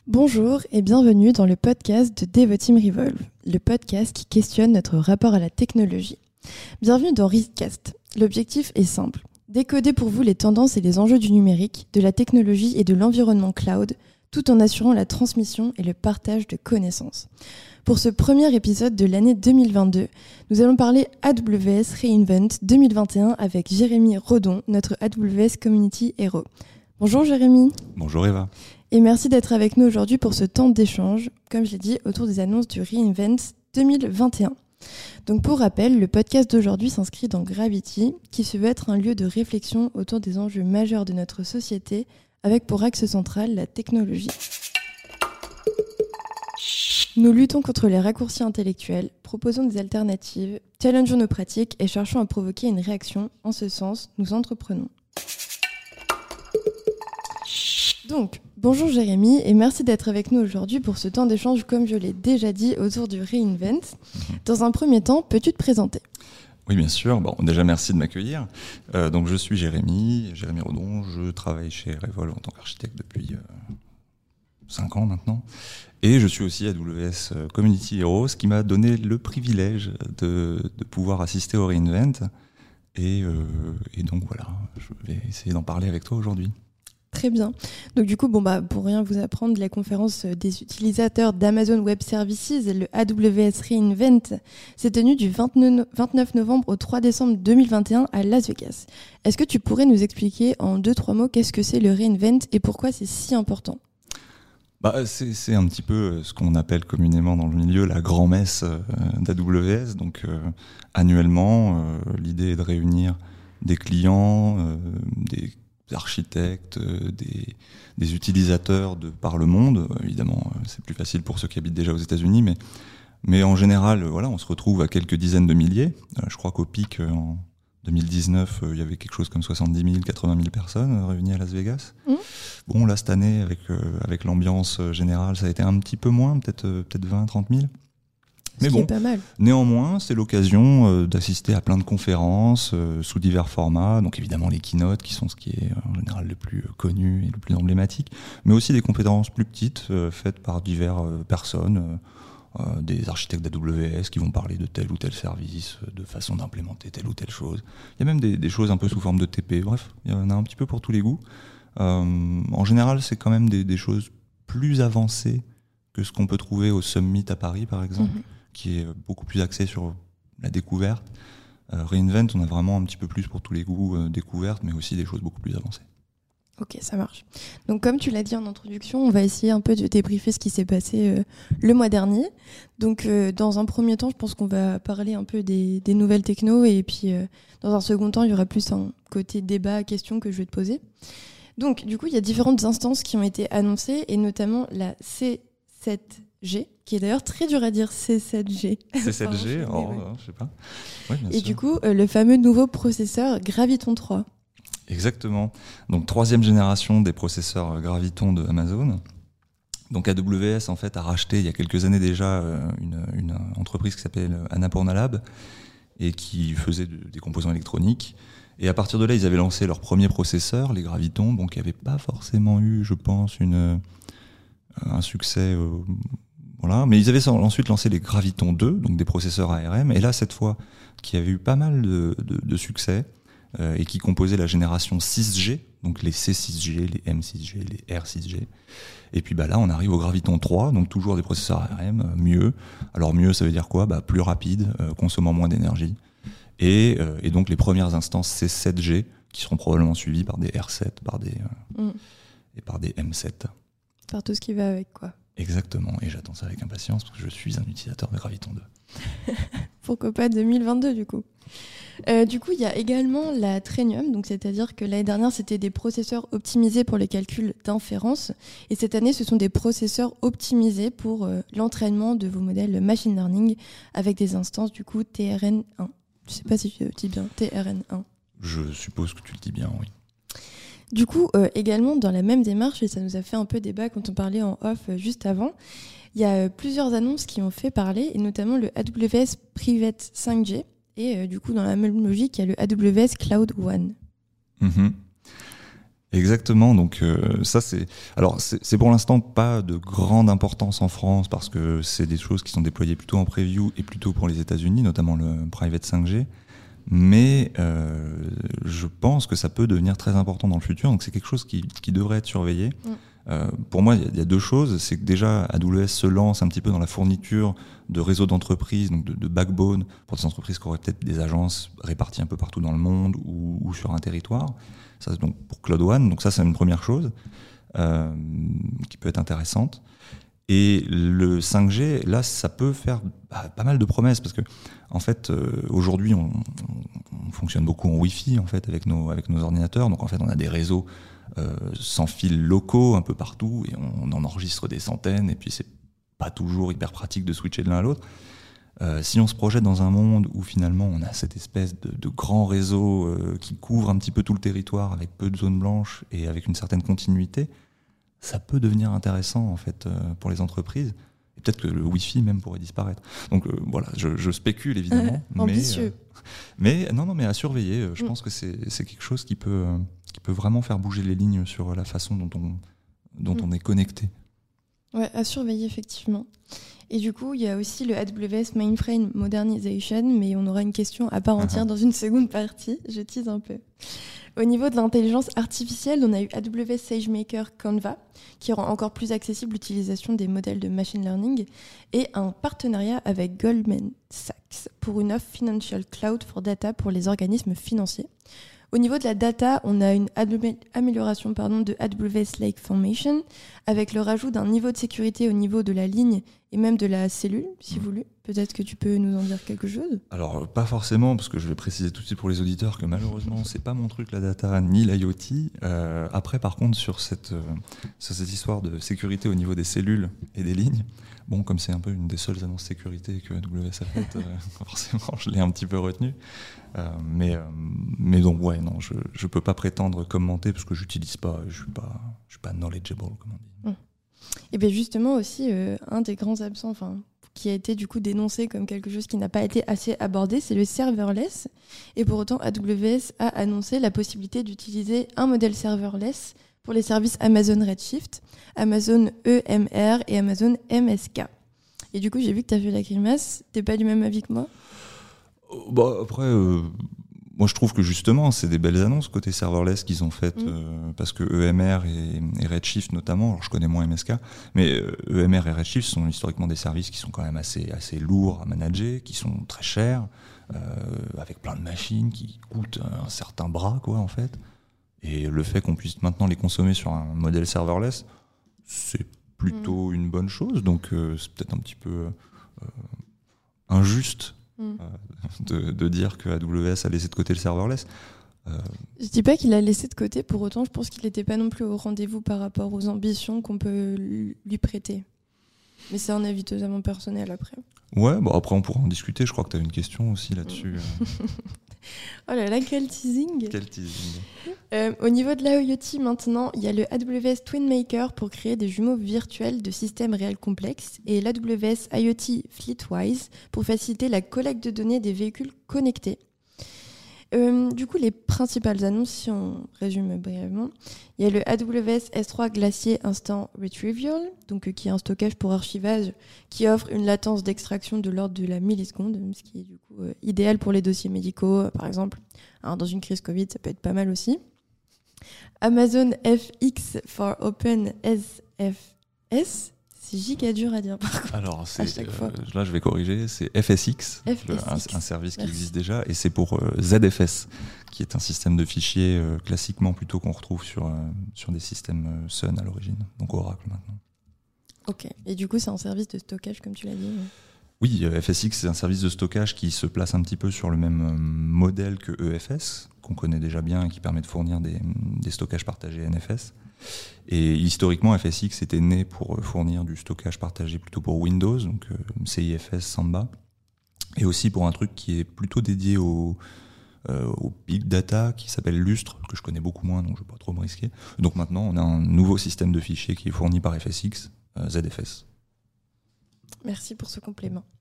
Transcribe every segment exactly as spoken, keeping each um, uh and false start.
Bonjour et bienvenue dans le podcast de Devoteam Revolve, le podcast qui questionne notre rapport à la technologie. Bienvenue dans Readcast. L'objectif est simple, décoder pour vous les tendances et les enjeux du numérique, de la technologie et de l'environnement cloud, tout en assurant la transmission et le partage de connaissances. Pour ce premier épisode de l'année deux mille vingt-deux, nous allons parler A W S Reinvent deux mille vingt et un avec Jérémy Rodon, notre A W S Community Hero. Bonjour Jérémy. Bonjour Eva. Et merci d'être avec nous aujourd'hui pour ce temps d'échange, comme je l'ai dit, autour des annonces du Reinvent deux mille vingt et un. Donc pour rappel, le podcast d'aujourd'hui s'inscrit dans Gravity, qui se veut être un lieu de réflexion autour des enjeux majeurs de notre société, avec pour axe central la technologie. Nous luttons contre les raccourcis intellectuels, proposons des alternatives, challengeons nos pratiques et cherchons à provoquer une réaction. En ce sens, nous entreprenons. Donc, bonjour Jérémy et merci d'être avec nous aujourd'hui pour ce temps d'échange, comme je l'ai déjà dit, autour du Reinvent. Dans un premier temps, peux-tu te présenter ? Oui, bien sûr. Bon, déjà, merci de m'accueillir. Euh, donc, je suis Jérémy, Jérémy Rodon. Je travaille chez Revolve en tant qu'architecte depuis euh, cinq ans maintenant. Et je suis aussi A W S Community Hero, ce qui m'a donné le privilège de, de pouvoir assister au Reinvent. Et, euh, et donc, voilà, je vais essayer d'en parler avec toi aujourd'hui. Très bien. Donc du coup, bon bah pour rien vous apprendre, la conférence des utilisateurs d'Amazon Web Services, le A W S Reinvent, s'est tenue du vingt-neuf novembre au trois décembre deux mille vingt et un à Las Vegas. Est-ce que tu pourrais nous expliquer en deux, trois mots qu'est-ce que c'est le Reinvent et pourquoi c'est si important ? Bah, c'est, c'est un petit peu ce qu'on appelle communément dans le milieu la grand-messe euh, d'A W S. Donc euh, annuellement, euh, l'idée est de réunir des clients, euh, des architectes, euh, des, des utilisateurs de par le monde. Euh, évidemment, euh, c'est plus facile pour ceux qui habitent déjà aux États-Unis, mais, mais en général, euh, voilà, on se retrouve à quelques dizaines de milliers. Euh, je crois qu'au pic, euh, en deux mille dix-neuf, euh, il y avait quelque chose comme soixante-dix mille, quatre-vingt mille personnes euh, réunies à Las Vegas. Mmh. Bon, là, cette année, avec, euh, avec l'ambiance générale, ça a été un petit peu moins, peut-être, euh, peut-être vingt, trente mille. Ce Mais bon, pas mal. Néanmoins, c'est l'occasion euh, d'assister à plein de conférences euh, sous divers formats. Donc évidemment les keynotes qui sont ce qui est euh, en général le plus euh, connu et le plus emblématique, mais aussi des conférences plus petites euh, faites par diverses euh, personnes, euh, euh, des architectes d'A W S qui vont parler de tel ou tel service, euh, de façon d'implémenter telle ou telle chose. Il y a même des, des choses un peu sous forme de T P. Bref, il y en a un petit peu pour tous les goûts. Euh, en général, c'est quand même des, des choses plus avancées que ce qu'on peut trouver au Summit à Paris, par exemple. Mmh. Qui est beaucoup plus axé sur la découverte. Euh, Reinvent, on a vraiment un petit peu plus pour tous les goûts, euh, découverte, mais aussi des choses beaucoup plus avancées. Ok, ça marche. Donc comme tu l'as dit en introduction, on va essayer un peu de débriefer ce qui s'est passé euh, le mois dernier. Donc euh, dans un premier temps, je pense qu'on va parler un peu des, des nouvelles techno, et puis euh, dans un second temps, il y aura plus un côté débat, question que je vais te poser. Donc du coup, il y a différentes instances qui ont été annoncées, et notamment la C sept G, qui est d'ailleurs très dur à dire, C sept G. C sept G, oh, ouais. Je sais pas. Ouais, bien Et sûr. du coup, euh, le fameux nouveau processeur Graviton trois. Exactement. Donc, troisième génération des processeurs Graviton de Amazon. Donc, A W S, en fait, a racheté il y a quelques années déjà une, une entreprise qui s'appelle Annapurna Lab et qui faisait de, des composants électroniques. Et à partir de là, ils avaient lancé leur premier processeur, les Graviton, donc qui n'avaient pas forcément eu, je pense, une, un succès... Euh, Voilà. Mais ils avaient ensuite lancé les Graviton deux, donc des processeurs A R M, et là, cette fois, qui avait eu pas mal de, de, de succès, euh, et qui composaient la génération six G, donc les C six G, les M six G, les R six G. Et puis bah, là, on arrive au Graviton trois, donc toujours des processeurs A R M, euh, mieux. Alors mieux, ça veut dire quoi ? Bah, plus rapide, euh, consommant moins d'énergie. Et, euh, et donc les premières instances C sept G, qui seront probablement suivies par des R sept, par des, euh, mm. et par des M sept. Par tout ce qui va avec, quoi. Exactement, et j'attends ça avec impatience parce que je suis un utilisateur de Graviton deux. Pourquoi pas deux mille vingt-deux du coup. Euh, du coup, il y a également la Trainium, donc c'est-à-dire que l'année dernière, c'était des processeurs optimisés pour les calculs d'inférence, et cette année, ce sont des processeurs optimisés pour euh, l'entraînement de vos modèles machine learning avec des instances du coup T R N un. Je sais pas si je dis bien T R N un. Je suppose que tu le dis bien, oui. Du coup, euh, également dans la même démarche, et ça nous a fait un peu débat quand on parlait en off euh, juste avant, il y a euh, plusieurs annonces qui ont fait parler, et notamment le A W S Private cinq G, et euh, du coup dans la même logique, il y a le A W S Cloud One. Mmh. Exactement. Donc euh, ça c'est alors c'est, c'est pour l'instant pas de grande importance en France parce que c'est des choses qui sont déployées plutôt en preview et plutôt pour les États-Unis, notamment le private cinq G. Mais euh, je pense que ça peut devenir très important dans le futur. Donc c'est quelque chose qui, qui devrait être surveillé. Mm. Euh, pour moi, il y, y a deux choses. C'est que déjà, A W S se lance un petit peu dans la fourniture de réseaux d'entreprises, donc de, de backbone, pour des entreprises qui auraient peut-être des agences réparties un peu partout dans le monde ou, ou sur un territoire. Ça, c'est donc pour Cloud One. Donc ça, c'est une première chose euh, qui peut être intéressante. Et le cinq G, là, ça peut faire bah, pas mal de promesses parce que, en fait, euh, aujourd'hui, on, on, on fonctionne beaucoup en Wi-Fi en fait avec nos avec nos ordinateurs. Donc en fait, on a des réseaux euh, sans fil locaux un peu partout et on, on en enregistre des centaines. Et puis c'est pas toujours hyper pratique de switcher de l'un à l'autre. Euh, si on se projette dans un monde où finalement on a cette espèce de, de grand réseau euh, qui couvre un petit peu tout le territoire avec peu de zones blanches et avec une certaine continuité, ça peut devenir intéressant en fait euh, pour les entreprises. Et peut-être que le Wi-Fi même pourrait disparaître. Donc euh, voilà, je, je spécule évidemment. Euh, ambitieux. Euh, mais non, non, mais à surveiller. Je mm. pense que c'est, c'est quelque chose qui peut, euh, qui peut vraiment faire bouger les lignes sur la façon dont on, dont mm. on est connecté. Ouais, à surveiller effectivement. Et du coup, il y a aussi le A W S Mainframe Modernization, mais on aura une question à part entière uh-huh. dans une seconde partie. Je tease un peu. Au niveau de l'intelligence artificielle, on a eu A W S SageMaker Canva, qui rend encore plus accessible l'utilisation des modèles de machine learning, et un partenariat avec Goldman Sachs pour une offre Financial Cloud for Data pour les organismes financiers. Au niveau de la data, on a une amélioration pardon, de A W S Lake Formation avec le rajout d'un niveau de sécurité au niveau de la ligne et même de la cellule, si mmh. voulu. Peut-être que tu peux nous en dire quelque chose ? Alors, pas forcément, parce que je vais préciser tout de suite pour les auditeurs que malheureusement, c'est pas mon truc la data ni l'IoT. Euh, après, par contre, sur cette, euh, sur cette histoire de sécurité au niveau des cellules et des lignes, bon, comme c'est un peu une des seules annonces sécurité que A W S a faites, euh, forcément, je l'ai un petit peu retenu. Euh, mais, euh, mais donc, ouais, non, je ne peux pas prétendre commenter parce que je n'utilise pas, je ne suis pas, je suis pas knowledgeable, comme on dit. Mmh. Et bien justement aussi, euh, un des grands absents, enfin, qui a été du coup dénoncé comme quelque chose qui n'a pas été assez abordé, c'est le serverless. Et pour autant, A W S a annoncé la possibilité d'utiliser un modèle serverless pour les services Amazon Redshift, Amazon E M R et Amazon M S K. Et du coup, j'ai vu que tu as fait la grimace. T'es pas du même avis que moi ? Bah, après, euh, moi je trouve que justement, c'est des belles annonces côté serverless qu'ils ont faites, mmh. euh, parce que E M R et, et Redshift notamment, alors je connais moins M S K, mais euh, E M R et Redshift sont historiquement des services qui sont quand même assez, assez lourds à manager, qui sont très chers, euh, avec plein de machines qui coûtent un certain bras, quoi, en fait. Et le fait qu'on puisse maintenant les consommer sur un modèle serverless, c'est plutôt mmh. une bonne chose, donc euh, c'est peut-être un petit peu euh, injuste Mm. De, de dire que A W S a laissé de côté le serverless. Euh... Je dis pas qu'il a laissé de côté, pour autant je pense qu'il n'était pas non plus au rendez-vous par rapport aux ambitions qu'on peut lui prêter. Mais c'est un avis totalement personnel après. Ouais, bon après on pourra en discuter, je crois que tu as une question aussi là-dessus. Mm. Oh là là, quel teasing. Quel teasing. Euh, au niveau de l'IoT maintenant, il y a le A W S TwinMaker pour créer des jumeaux virtuels de systèmes réels complexes et l'A W S IoT FleetWise pour faciliter la collecte de données des véhicules connectés. Euh, du coup, les principales annonces, si on résume brièvement, il y a le A W S S trois Glacier Instant Retrieval, donc, euh, qui est un stockage pour archivage qui offre une latence d'extraction de l'ordre de la milliseconde, ce qui est du coup euh, idéal pour les dossiers médicaux, euh, par exemple. Alors, dans une crise Covid, ça peut être pas mal aussi. Amazon F X for Open S F S. C'est giga dur à dire par contre. Alors, c'est, euh, là je vais corriger, c'est F S X, F S X. Le, un, un service qui Merci. existe déjà, et c'est pour euh, Z F S, qui est un système de fichiers euh, classiquement plutôt qu'on retrouve sur, euh, sur des systèmes euh, Sun à l'origine, donc Oracle maintenant. Ok, et du coup c'est un service de stockage comme tu l'as dit mais... Oui, euh, F S X c'est un service de stockage qui se place un petit peu sur le même euh, modèle que E F S, qu'on connaît déjà bien et qui permet de fournir des, des stockages partagés N F S. Et historiquement, F S X était né pour fournir du stockage partagé plutôt pour Windows, donc euh, C I F S, Samba, et aussi pour un truc qui est plutôt dédié au, euh, au big data, qui s'appelle Lustre, que je connais beaucoup moins, donc je ne vais pas trop me risquer. Donc maintenant, on a un nouveau système de fichiers qui est fourni par F S X, euh, Z F S. Merci pour ce complément.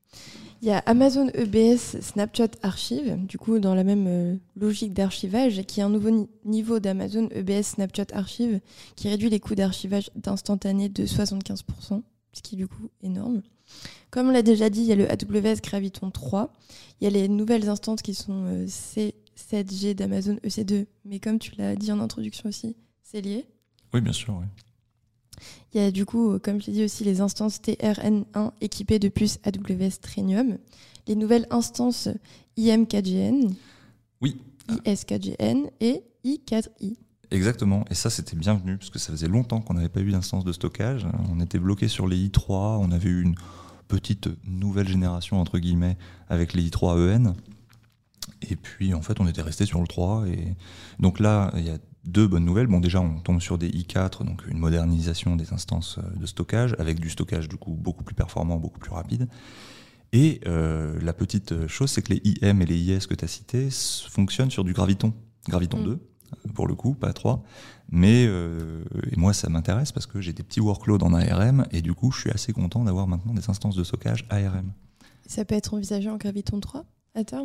Il y a Amazon E B S Snapshot Archive, du coup dans la même euh, logique d'archivage, qui est un nouveau ni- niveau d'Amazon E B S Snapshot Archive qui réduit les coûts d'archivage d'instantané de soixante-quinze pour cent, ce qui est du coup énorme. Comme on l'a déjà dit, il y a le A W S Graviton trois, il y a les nouvelles instances qui sont euh, C sept G d'Amazon E C deux, mais comme tu l'as dit en introduction aussi, c'est lié. Oui, bien sûr, oui. Il y a du coup, comme je l'ai dit aussi, les instances T R N un équipées de puces A W S Trainium, les nouvelles instances I M K G N, Oui. I S K G N et I quatre I. Exactement, et ça c'était bienvenu, parce que ça faisait longtemps qu'on n'avait pas eu d'instance de stockage. On était bloqué sur les I trois, on avait eu une petite nouvelle génération, entre guillemets, avec les I trois E N. Et puis en fait on était resté sur le trois. Et donc là, il y a deux bonnes nouvelles. Bon, déjà on tombe sur des I quatre, donc une modernisation des instances de stockage, avec du stockage du coup beaucoup plus performant, beaucoup plus rapide. Et euh, la petite chose, c'est que les I M et les I S que tu as cités fonctionnent sur du Graviton, Graviton mmh. deux, pour le coup, pas trois. Mais euh, et moi, ça m'intéresse parce que j'ai des petits workloads en A R M et du coup, je suis assez content d'avoir maintenant des instances de stockage A R M. Ça peut être envisagé en Graviton trois à terme ?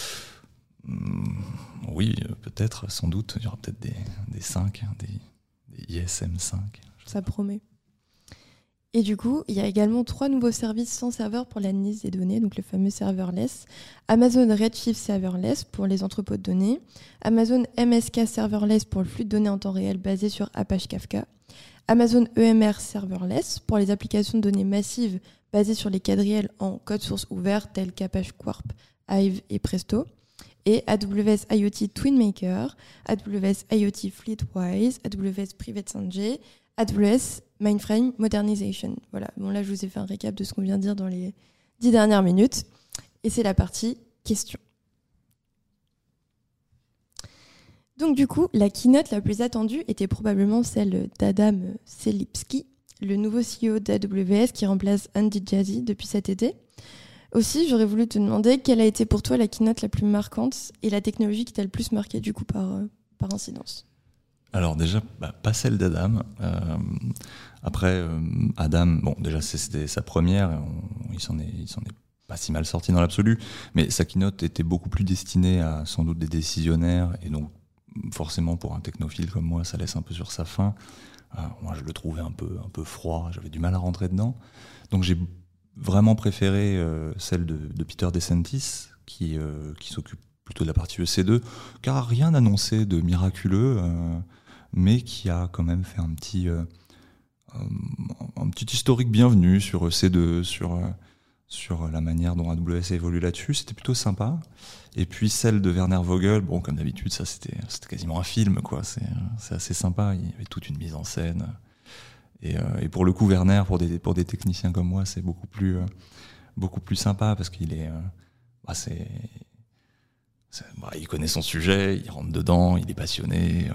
Mmh, oui, peut-être, sans doute. Il y aura peut-être des, des cinq, des, des I S M cinq. Ça promet. Et du coup, il y a également trois nouveaux services sans serveur pour l'analyse des données, donc le fameux serverless. Amazon Redshift Serverless pour les entrepôts de données. Amazon M S K Serverless pour le flux de données en temps réel basé sur Apache Kafka. Amazon E M R Serverless pour les applications de données massives basées sur les quadriels en code source ouvert tels qu'Apache Quark, Hive et Presto. Et A W S IoT TwinMaker, A W S IoT FleetWise, A W S Private Sanjay, A W S Mainframe Modernization. Voilà, bon là je vous ai fait un récap de ce qu'on vient de dire dans les dix dernières minutes. Et c'est la partie questions. Donc du coup, la keynote la plus attendue était probablement celle d'Adam Selipsky, le nouveau C E O d'A W S qui remplace Andy Jassy depuis cet été. Aussi, j'aurais voulu te demander quelle a été pour toi la keynote la plus marquante et la technologie qui t'a le plus marqué du coup par, euh, par incidence. Alors déjà, bah, pas celle d'Adam. Euh, après, euh, Adam, bon, déjà c'était sa première, on, il s'en est, il s'en est pas si mal sorti dans l'absolu, mais sa keynote était beaucoup plus destinée à sans doute des décisionnaires, et donc forcément pour un technophile comme moi, ça laisse un peu sur sa faim. Euh, moi, je le trouvais un peu, un peu froid, j'avais du mal à rentrer dedans. Donc j'ai vraiment préféré euh, celle de, de Peter DeSantis, qui, euh, qui s'occupe plutôt de la partie E C deux, qui n'a rien annoncé de miraculeux, euh, mais qui a quand même fait un petit, euh, un petit historique bienvenu sur E C deux, sur, euh, sur la manière dont A W S a évolué là-dessus. C'était plutôt sympa. Et puis celle de Werner Vogel, bon, comme d'habitude, ça c'était, c'était quasiment un film, quoi. C'est, c'est assez sympa. Il y avait toute une mise en scène. Et, euh, et pour le coup, Werner, pour des, pour des techniciens comme moi, c'est beaucoup plus, euh, beaucoup plus sympa parce qu'il est, euh, bah, c'est, c'est, bah, il connaît son sujet, il rentre dedans, il est passionné.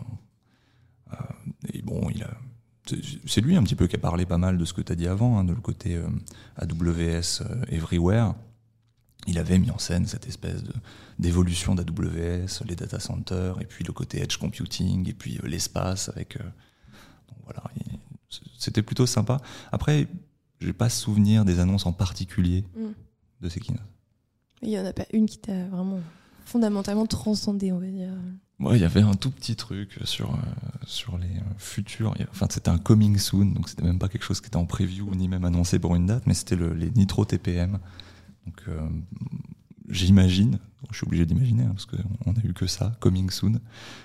Euh, euh, et bon, il a, c'est, c'est lui un petit peu qui a parlé pas mal de ce que tu as dit avant, hein, de le côté euh, A W S euh, Everywhere. Il avait mis en scène cette espèce de, d'évolution d'A W S, les data centers, et puis le côté edge computing, et puis euh, l'espace avec. Euh, donc voilà. Il, C'était plutôt sympa. Après, j'ai pas souvenir des annonces en particulier mm. de ces keynotes. Il y en a pas une qui t'a vraiment fondamentalement transcendé, on va dire. Ouais, il y avait un tout petit truc sur euh, sur les euh, futurs. Enfin, c'était un coming soon, donc c'était même pas quelque chose qui était en preview ni même annoncé pour une date, mais c'était le, les Nitro T P M. Donc, euh, j'imagine, je suis obligé d'imaginer hein, parce qu'on a eu que ça, coming soon,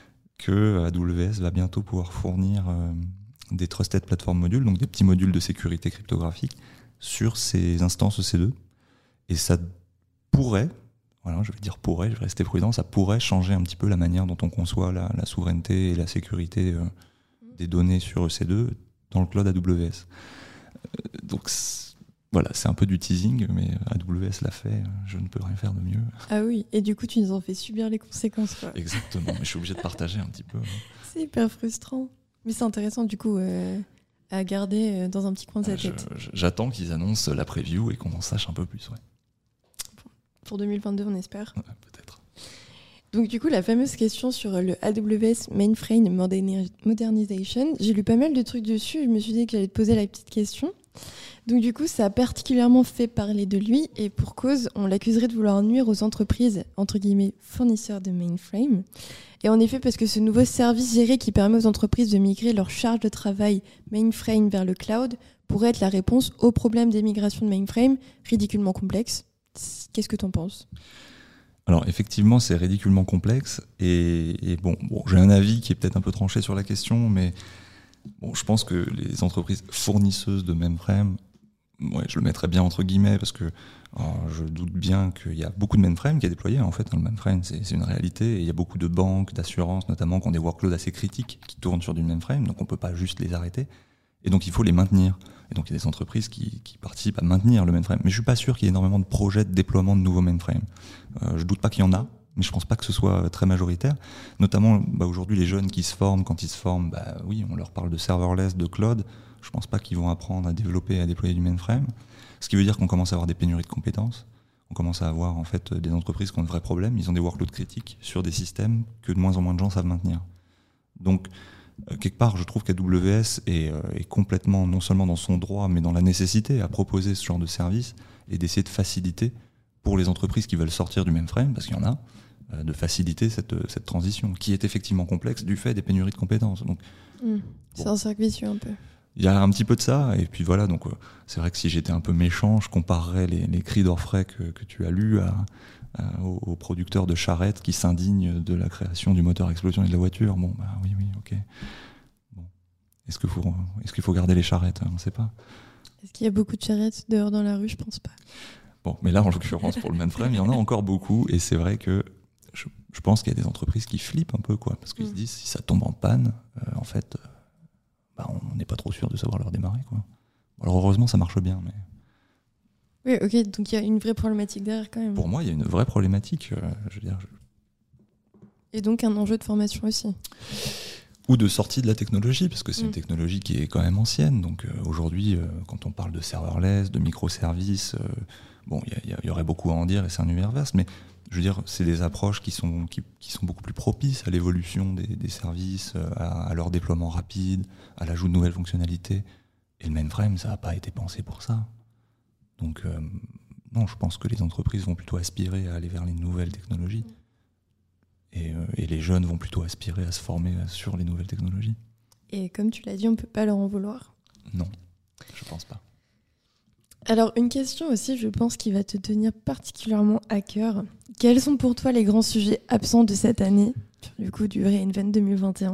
que A W S va bientôt pouvoir fournir euh, des Trusted Platform Modules, donc des petits modules de sécurité cryptographique sur ces instances E C deux. Et ça pourrait, voilà, je vais dire pourrait, je vais rester prudent, ça pourrait changer un petit peu la manière dont on conçoit la, la souveraineté et la sécurité euh, des données sur E C deux dans le cloud A W S. Euh, donc c'est, voilà, c'est un peu du teasing, mais A W S l'a fait, je ne peux rien faire de mieux. Ah oui, et du coup tu nous en fais subir les conséquences, quoi. Exactement, mais je suis obligé de partager un petit peu. C'est hyper frustrant. Mais c'est intéressant du coup euh, à garder euh, dans un petit coin de sa tête. Je, je, j'attends qu'ils annoncent la preview et qu'on en sache un peu plus. Ouais. Pour deux mille vingt-deux, on espère. Ouais, peut-être. Donc du coup, la fameuse question sur le A W S Mainframe Modernization, j'ai lu pas mal de trucs dessus, je me suis dit que j'allais te poser la petite question. Donc du coup, ça a particulièrement fait parler de lui et pour cause, on l'accuserait de vouloir nuire aux entreprises, entre guillemets, fournisseurs de mainframe. Et en effet, parce que ce nouveau service géré qui permet aux entreprises de migrer leur charge de travail mainframe vers le cloud pourrait être la réponse au problème des migrations de mainframe, ridiculement complexe. Qu'est-ce que tu en penses ? Alors effectivement, c'est ridiculement complexe et, et bon, bon, j'ai un avis qui est peut-être un peu tranché sur la question, mais bon, je pense que les entreprises fournisseuses de mainframe, ouais, je le mettrais bien entre guillemets parce que alors, je doute bien qu'il y a beaucoup de mainframe qui est déployé en fait. Hein, le mainframe, c'est, c'est une réalité et il y a beaucoup de banques, d'assurances notamment qui ont des workloads assez critiques qui tournent sur du mainframe, donc on peut pas juste les arrêter et donc il faut les maintenir. Et donc il y a des entreprises qui, qui participent à maintenir le mainframe. Mais je suis pas sûr qu'il y ait énormément de projets de déploiement de nouveaux mainframes. Euh, je doute pas qu'il y en a, mais je pense pas que ce soit très majoritaire. Notamment, bah, aujourd'hui, les jeunes qui se forment, quand ils se forment, bah oui, on leur parle de serverless, de cloud. Je pense pas qu'ils vont apprendre à développer et à déployer du mainframe. Ce qui veut dire qu'on commence à avoir des pénuries de compétences. On commence à avoir en fait des entreprises qui ont de vrais problèmes. Ils ont des workloads critiques sur des systèmes que de moins en moins de gens savent maintenir. Donc, quelque part, je trouve qu'A W S est, euh, est complètement, non seulement dans son droit, mais dans la nécessité à proposer ce genre de service et d'essayer de faciliter pour les entreprises qui veulent sortir du mainframe, parce qu'il y en a, euh, de faciliter cette, cette transition, qui est effectivement complexe du fait des pénuries de compétences. Donc, mmh. C'est bon. Un cercle vicieux un peu. Il y a un petit peu de ça, et puis voilà, donc euh, c'est vrai que si j'étais un peu méchant, je comparerais les, les cris d'orfraie que, que tu as lus à, à, aux, aux producteurs de charrettes qui s'indignent de la création du moteur à explosion et de la voiture. Bon, bah oui, oui, ok. Bon. Est-ce qu'il faut, est-ce qu'il faut garder les charrettes ? On ne sait pas. Est-ce qu'il y a beaucoup de charrettes dehors dans la rue ? Je pense pas. Bon, mais là, en l'occurrence, pour le mainframe, il y en a encore beaucoup, et c'est vrai que je, je pense qu'il y a des entreprises qui flippent un peu, quoi, parce qu'ils mmh. se disent, si ça tombe en panne, euh, en fait... Euh, Bah, on n'est pas trop sûr de savoir leur démarrer, quoi. Alors heureusement, ça marche bien, mais... Oui, ok, donc il y a une vraie problématique derrière quand même. Pour moi, il y a une vraie problématique, euh, je veux dire. Je... Et donc un enjeu de formation aussi. Ou de sortie de la technologie, parce que c'est mmh. une technologie qui est quand même ancienne. Donc euh, aujourd'hui, euh, quand on parle de serverless, de microservices, euh, bon, il y, y, y aurait beaucoup à en dire et c'est un univers vaste, mais je veux dire, c'est des approches qui sont, qui, qui sont beaucoup plus propices à l'évolution des, des services, à, à leur déploiement rapide, à l'ajout de nouvelles fonctionnalités. Et le mainframe, ça n'a pas été pensé pour ça. Donc, euh, non, je pense que les entreprises vont plutôt aspirer à aller vers les nouvelles technologies. Et, euh, et les jeunes vont plutôt aspirer à se former sur les nouvelles technologies. Et comme tu l'as dit, on ne peut pas leur en vouloir. Non, je pense pas. Alors, une question aussi, je pense, qui va te tenir particulièrement à cœur. Quels sont pour toi les grands sujets absents de cette année, du coup, du reInvent deux mille vingt et un ?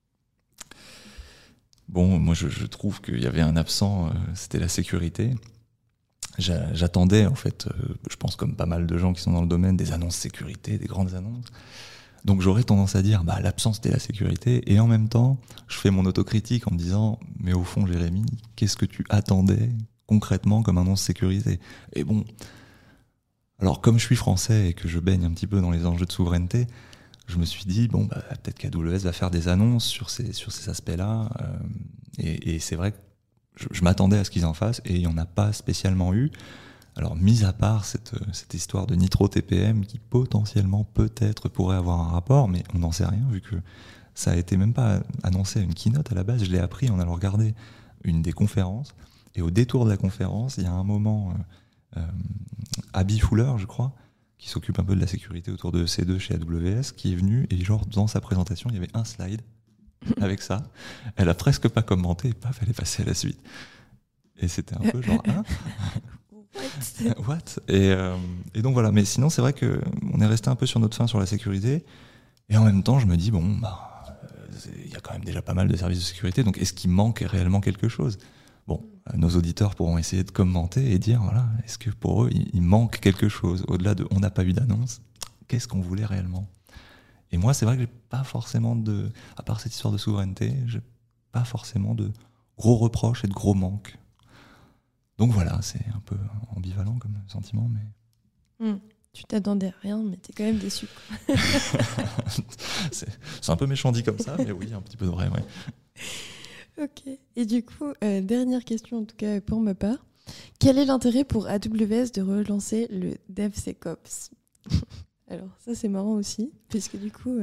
Bon, moi, je, je trouve qu'il y avait un absent, euh, c'était la sécurité. J'a, j'attendais, en fait, euh, je pense comme pas mal de gens qui sont dans le domaine, des annonces sécurité, des grandes annonces. Donc, j'aurais tendance à dire, bah, l'absent, c'était la sécurité. Et en même temps, je fais mon autocritique en me disant, mais au fond, Jérémy, qu'est-ce que tu attendais concrètement comme annonce sécurité ? Et bon, alors comme je suis français et que je baigne un petit peu dans les enjeux de souveraineté, je me suis dit, bon, bah, peut-être qu'A W S va faire des annonces sur ces, sur ces aspects-là. Euh, et, et c'est vrai que je, je m'attendais à ce qu'ils en fassent et il n'y en a pas spécialement eu. Alors, mis à part cette, cette histoire de Nitro T P M qui potentiellement, peut-être, pourrait avoir un rapport, mais on n'en sait rien vu que ça a été même pas annoncé à une keynote à la base, je l'ai appris en allant regarder une des conférences. Et au détour de la conférence, il y a un moment, euh, euh, Abby Fuller, je crois, qui s'occupe un peu de la sécurité autour de E C deux chez A W S, qui est venue, et genre, dans sa présentation, il y avait un slide avec ça. Elle a presque pas commenté, et paf, elle est passée à la suite. Et c'était un peu genre, hein ? What, What et, euh, et donc voilà, mais sinon, c'est vrai qu'on est resté un peu sur notre faim sur la sécurité, et en même temps, je me dis, bon, bah, il y a quand même déjà pas mal de services de sécurité, donc est-ce qu'il manque réellement quelque chose ? Bon, nos auditeurs pourront essayer de commenter et dire, voilà, est-ce que pour eux, il, il manque quelque chose, au-delà de « on n'a pas eu d'annonce », qu'est-ce qu'on voulait réellement ? Et moi, c'est vrai que j'ai pas forcément de, à part cette histoire de souveraineté, j'ai pas forcément de gros reproches et de gros manques. Donc voilà, c'est un peu ambivalent comme sentiment, mais... Mmh. Tu t'attendais à rien, mais t'es quand même déçu. c'est, c'est un peu méchant dit comme ça, mais oui, un petit peu de vrai, ouais. Ok. Et du coup, euh, dernière question, en tout cas pour ma part. Quel est l'intérêt pour A W S de relancer le DevSecOps ? Alors, ça, c'est marrant aussi, puisque du coup, euh,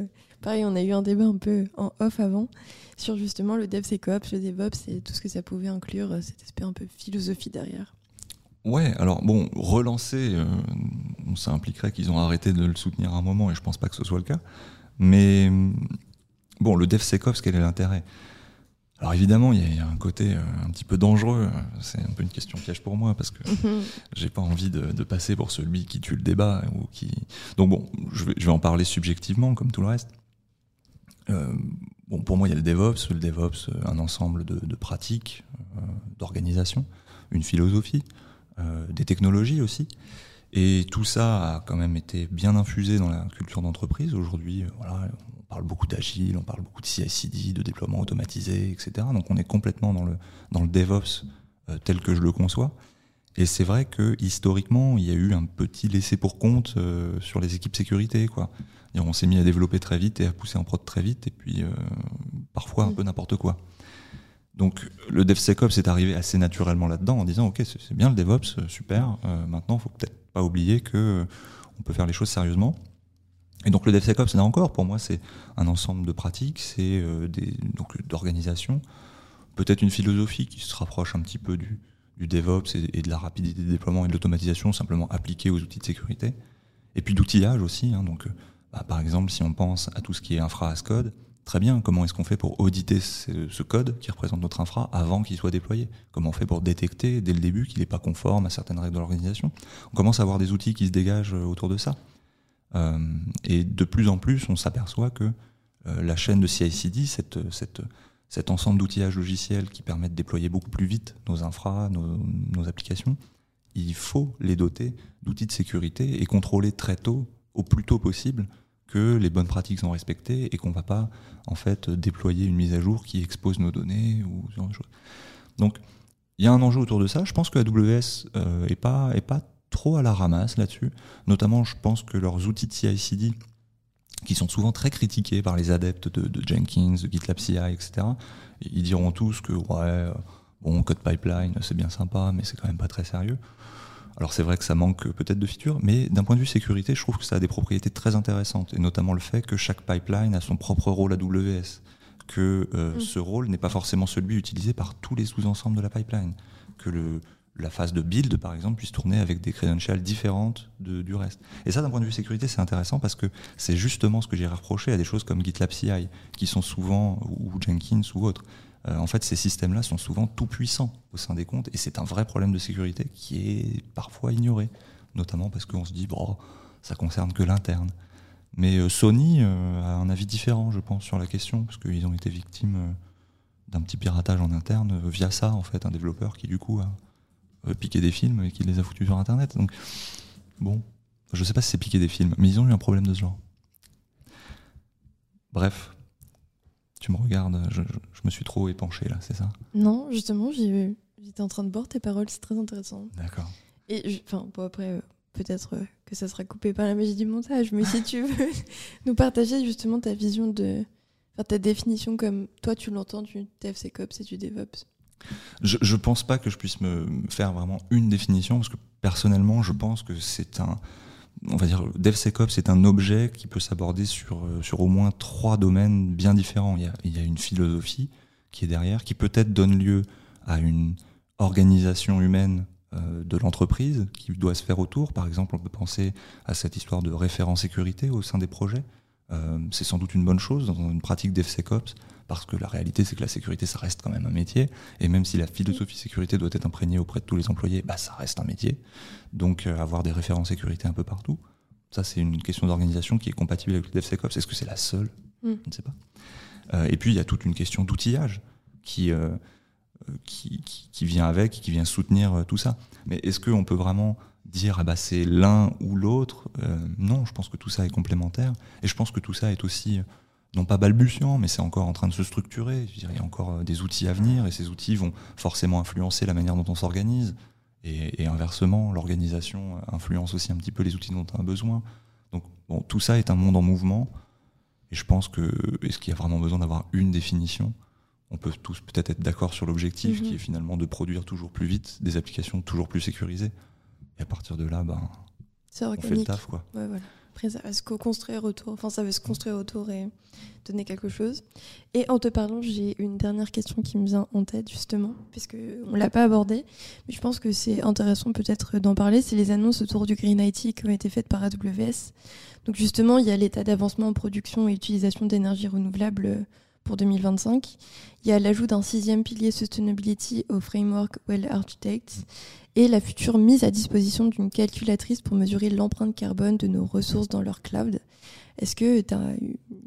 Pareil, on a eu un débat un peu en off avant sur justement le DevSecOps, le DevOps et tout ce que ça pouvait inclure, cette espèce un peu de philosophie derrière. Ouais, alors bon, relancer, euh, ça impliquerait qu'ils ont arrêté de le soutenir à un moment et je pense pas que ce soit le cas. Mais bon, le DevSecOps, quel est l'intérêt ? Alors évidemment, il y a un côté un petit peu dangereux. C'est un peu une question piège pour moi parce que j'ai pas envie de, de passer pour celui qui tue le débat ou qui. Donc bon, je vais, je vais en parler subjectivement comme tout le reste. Euh, bon, pour moi, il y a le DevOps. Le DevOps, un ensemble de, de pratiques, euh, d'organisation, une philosophie, euh, des technologies aussi. Et tout ça a quand même été bien infusé dans la culture d'entreprise. Aujourd'hui, euh, voilà. On parle beaucoup d'agile, on parle beaucoup de C I C D, de déploiement automatisé, et cetera. Donc on est complètement dans le, dans le DevOps euh, tel que je le conçois. Et c'est vrai que historiquement, il y a eu un petit laissé pour compte euh, sur les équipes sécurité, quoi. Et on s'est mis à développer très vite et à pousser en prod très vite, et puis euh, parfois un peu n'importe quoi. Donc le DevSecOps est arrivé assez naturellement là-dedans en disant ok, c'est, c'est bien le DevOps, super. Euh, maintenant, il faut peut-être pas oublier que euh, on peut faire les choses sérieusement. Et donc le DevSecOps, là encore, pour moi, c'est un ensemble de pratiques, c'est euh, des, donc d'organisation, peut-être une philosophie qui se rapproche un petit peu du, du DevOps et, et de la rapidité de déploiement et de l'automatisation, simplement appliquée aux outils de sécurité, et puis d'outillage aussi. Hein, donc, bah, par exemple, si on pense à tout ce qui est infra as code, très bien, comment est-ce qu'on fait pour auditer ce, ce code qui représente notre infra avant qu'il soit déployé ? Comment on fait pour détecter dès le début qu'il n'est pas conforme à certaines règles de l'organisation ? On commence à avoir des outils qui se dégagent autour de ça. Euh, et de plus en plus, on s'aperçoit que euh, la chaîne de C I C D, cette, cette, cet ensemble d'outillages logiciels qui permet de déployer beaucoup plus vite nos infras, nos, nos applications, il faut les doter d'outils de sécurité et contrôler très tôt, au plus tôt possible, que les bonnes pratiques sont respectées et qu'on ne va pas en fait déployer une mise à jour qui expose nos données ou ce genre de choses. Donc, il y a un enjeu autour de ça. Je pense que A W S euh, est pas est pas trop à la ramasse là-dessus. Notamment, je pense que leurs outils de C I C D, qui sont souvent très critiqués par les adeptes de, de Jenkins, de GitLab C I, et cetera, ils diront tous que ouais, bon, code pipeline, c'est bien sympa, mais c'est quand même pas très sérieux. Alors c'est vrai que ça manque peut-être de features, mais d'un point de vue sécurité, je trouve que ça a des propriétés très intéressantes, et notamment le fait que chaque pipeline a son propre rôle A W S, que euh, mmh. ce rôle n'est pas forcément celui utilisé par tous les sous-ensembles de la pipeline, que le la phase de build, par exemple, puisse tourner avec des credentials différentes de, du reste. Et ça, d'un point de vue sécurité, c'est intéressant parce que c'est justement ce que j'ai reproché à des choses comme GitLab C I, qui sont souvent, ou Jenkins ou autres. Euh, en fait, ces systèmes-là sont souvent tout puissants au sein des comptes, et c'est un vrai problème de sécurité qui est parfois ignoré, notamment parce qu'on se dit, bon, ça concerne que l'interne. Mais euh, Sony euh, a un avis différent, je pense, sur la question, parce qu'ils ont été victimes euh, d'un petit piratage en interne euh, via ça, en fait, un développeur qui, du coup, a piqué des films et qui les a foutus sur Internet. Donc, bon, je sais pas si c'est piqué des films, mais ils ont eu un problème de ce genre. Bref, tu me regardes, je, je, je me suis trop épanché là, c'est ça ? Non, justement, j'ai, j'étais en train de boire tes paroles, c'est très intéressant. D'accord. Et enfin, bon, après, euh, peut-être euh, que ça sera coupé par la magie du montage, mais si tu veux nous partager justement ta vision de, enfin, ta définition comme toi tu l'entends du DevSecOps et du DevOps. Je, je pense pas que je puisse me faire vraiment une définition, parce que personnellement, je pense que c'est un, on va dire, DevSecOps, c'est un objet qui peut s'aborder sur, sur au moins trois domaines bien différents. Il y a, il y a une philosophie qui est derrière, qui peut-être donne lieu à une organisation humaine euh, de l'entreprise qui doit se faire autour. Par exemple, on peut penser à cette histoire de référent sécurité au sein des projets. Euh, c'est sans doute une bonne chose dans une pratique DevSecOps, parce que la réalité, c'est que la sécurité, ça reste quand même un métier, et même si la philosophie sécurité doit être imprégnée auprès de tous les employés, bah, ça reste un métier. Donc, euh, avoir des référents sécurité un peu partout, ça, c'est une question d'organisation qui est compatible avec le DevSecOps. Est-ce que c'est la seule ? mm. Je ne sais pas. Euh, et puis, il y a toute une question d'outillage qui, euh, qui, qui, qui vient avec, qui vient soutenir euh, tout ça. Mais est-ce qu'on peut vraiment dire ah bah c'est l'un ou l'autre ? euh, Non, je pense que tout ça est complémentaire, et je pense que tout ça est aussi non pas balbutiant, mais c'est encore en train de se structurer. Je veux dire, il y a encore des outils à venir, et ces outils vont forcément influencer la manière dont on s'organise, et, et inversement, l'organisation influence aussi un petit peu les outils dont on a besoin. Donc bon, tout ça est un monde en mouvement, et je pense que est-ce qu'il y a vraiment besoin d'avoir une définition ? On peut tous peut-être être d'accord sur l'objectif, mmh. qui est finalement de produire toujours plus vite des applications toujours plus sécurisées. Et à partir de là, ben, on fait le taf, quoi. Ouais, voilà. Après, ça va se co-construire autour. Enfin, ça va se construire autour et donner quelque chose. Et en te parlant, j'ai une dernière question qui me vient en tête, justement, puisque on l'a pas abordée. Mais je pense que c'est intéressant peut-être d'en parler. C'est les annonces autour du Green I T qui ont été faites par A W S. Donc justement, il y a l'état d'avancement en production et utilisation d'énergie renouvelable pour deux mille vingt-cinq. Il y a l'ajout d'un sixième pilier Sustainability au framework Well Architects et la future mise à disposition d'une calculatrice pour mesurer l'empreinte carbone de nos ressources dans leur cloud. Est-ce que tu as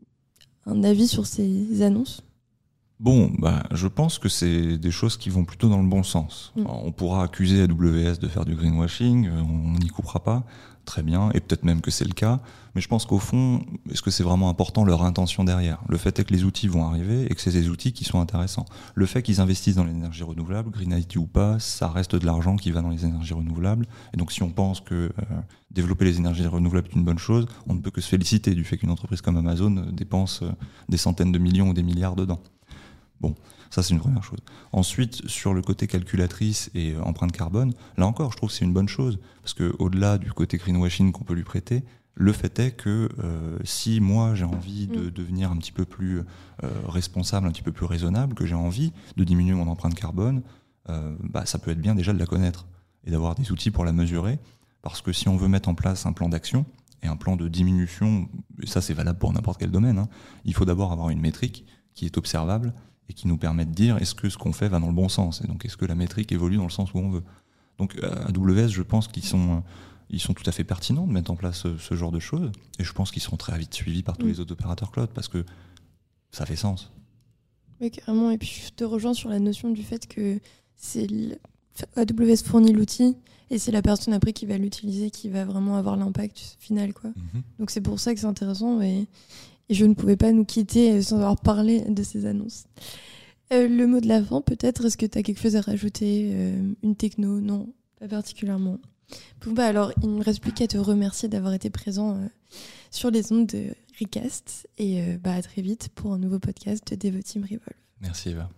un avis sur ces annonces ? Bon, bah, je pense que c'est des choses qui vont plutôt dans le bon sens. Mmh. Alors, on pourra accuser A W S de faire du greenwashing, on n'y coupera pas, très bien, et peut-être même que c'est le cas, mais je pense qu'au fond, est-ce que c'est vraiment important leur intention derrière ? Le fait est que les outils vont arriver et que c'est des outils qui sont intéressants. Le fait qu'ils investissent dans l'énergie renouvelable, Green I T ou pas, ça reste de l'argent qui va dans les énergies renouvelables, et donc si on pense que euh, développer les énergies renouvelables est une bonne chose, on ne peut que se féliciter du fait qu'une entreprise comme Amazon dépense euh, des centaines de millions ou des milliards dedans. Bon, ça c'est une première chose. Ensuite, sur le côté calculatrice et euh, empreinte carbone, là encore, je trouve que c'est une bonne chose, parce que au-delà du côté greenwashing qu'on peut lui prêter, le fait est que euh, si moi j'ai envie de devenir un petit peu plus euh, responsable, un petit peu plus raisonnable, que j'ai envie de diminuer mon empreinte carbone, euh, bah, ça peut être bien déjà de la connaître et d'avoir des outils pour la mesurer, parce que si on veut mettre en place un plan d'action et un plan de diminution, et ça c'est valable pour n'importe quel domaine, hein, il faut d'abord avoir une métrique qui est observable et qui nous permet de dire est-ce que ce qu'on fait va dans le bon sens, et donc est-ce que la métrique évolue dans le sens où on veut. Donc à A W S, je pense qu'ils sont, ils sont tout à fait pertinents de mettre en place ce, ce genre de choses, et je pense qu'ils seront très vite suivis par tous mmh. les autres opérateurs cloud, parce que ça fait sens. Oui, carrément, et puis je te rejoins sur la notion du fait que c'est le... A W S fournit l'outil, et c'est la personne après qui va l'utiliser qui va vraiment avoir l'impact final, quoi. Mmh. Donc c'est pour ça que c'est intéressant, et... Et je ne pouvais pas nous quitter sans avoir parlé de ces annonces. Euh, le mot de la fin, peut-être, est-ce que tu as quelque chose à rajouter ? euh, Une techno ? Non, pas particulièrement. Bon, bah alors, il ne me reste plus qu'à te remercier d'avoir été présent euh, sur les ondes de Recast. Et euh, bah, à très vite pour un nouveau podcast de Devoteam Revolve. Merci Eva.